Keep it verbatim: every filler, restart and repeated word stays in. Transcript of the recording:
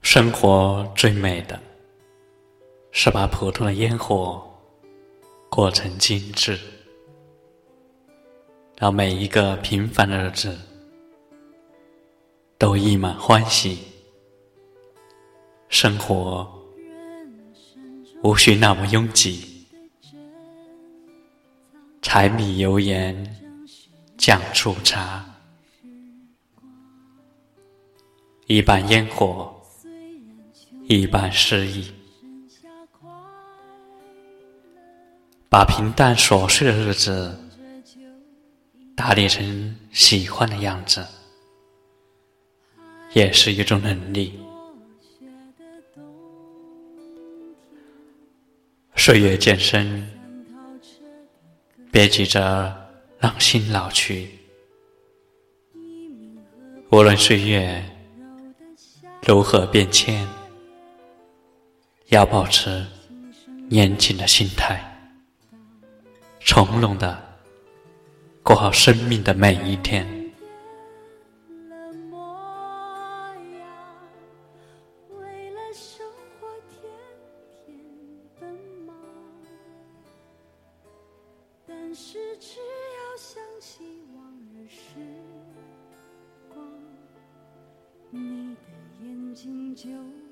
生活最美的是把普通的烟火过成精致，让每一个平凡的日子都溢满欢喜。生活无需那么拥挤，柴米油盐酱醋茶，一半烟火，一半诗意，把平淡琐碎的日子打理成喜欢的样子，也是一种能力。岁月渐深，别急着让心老去，无论岁月如何变迁，要保持年轻的心态，从容地过好生命的每一天。 但是只要想起往日时光，你的眼睛就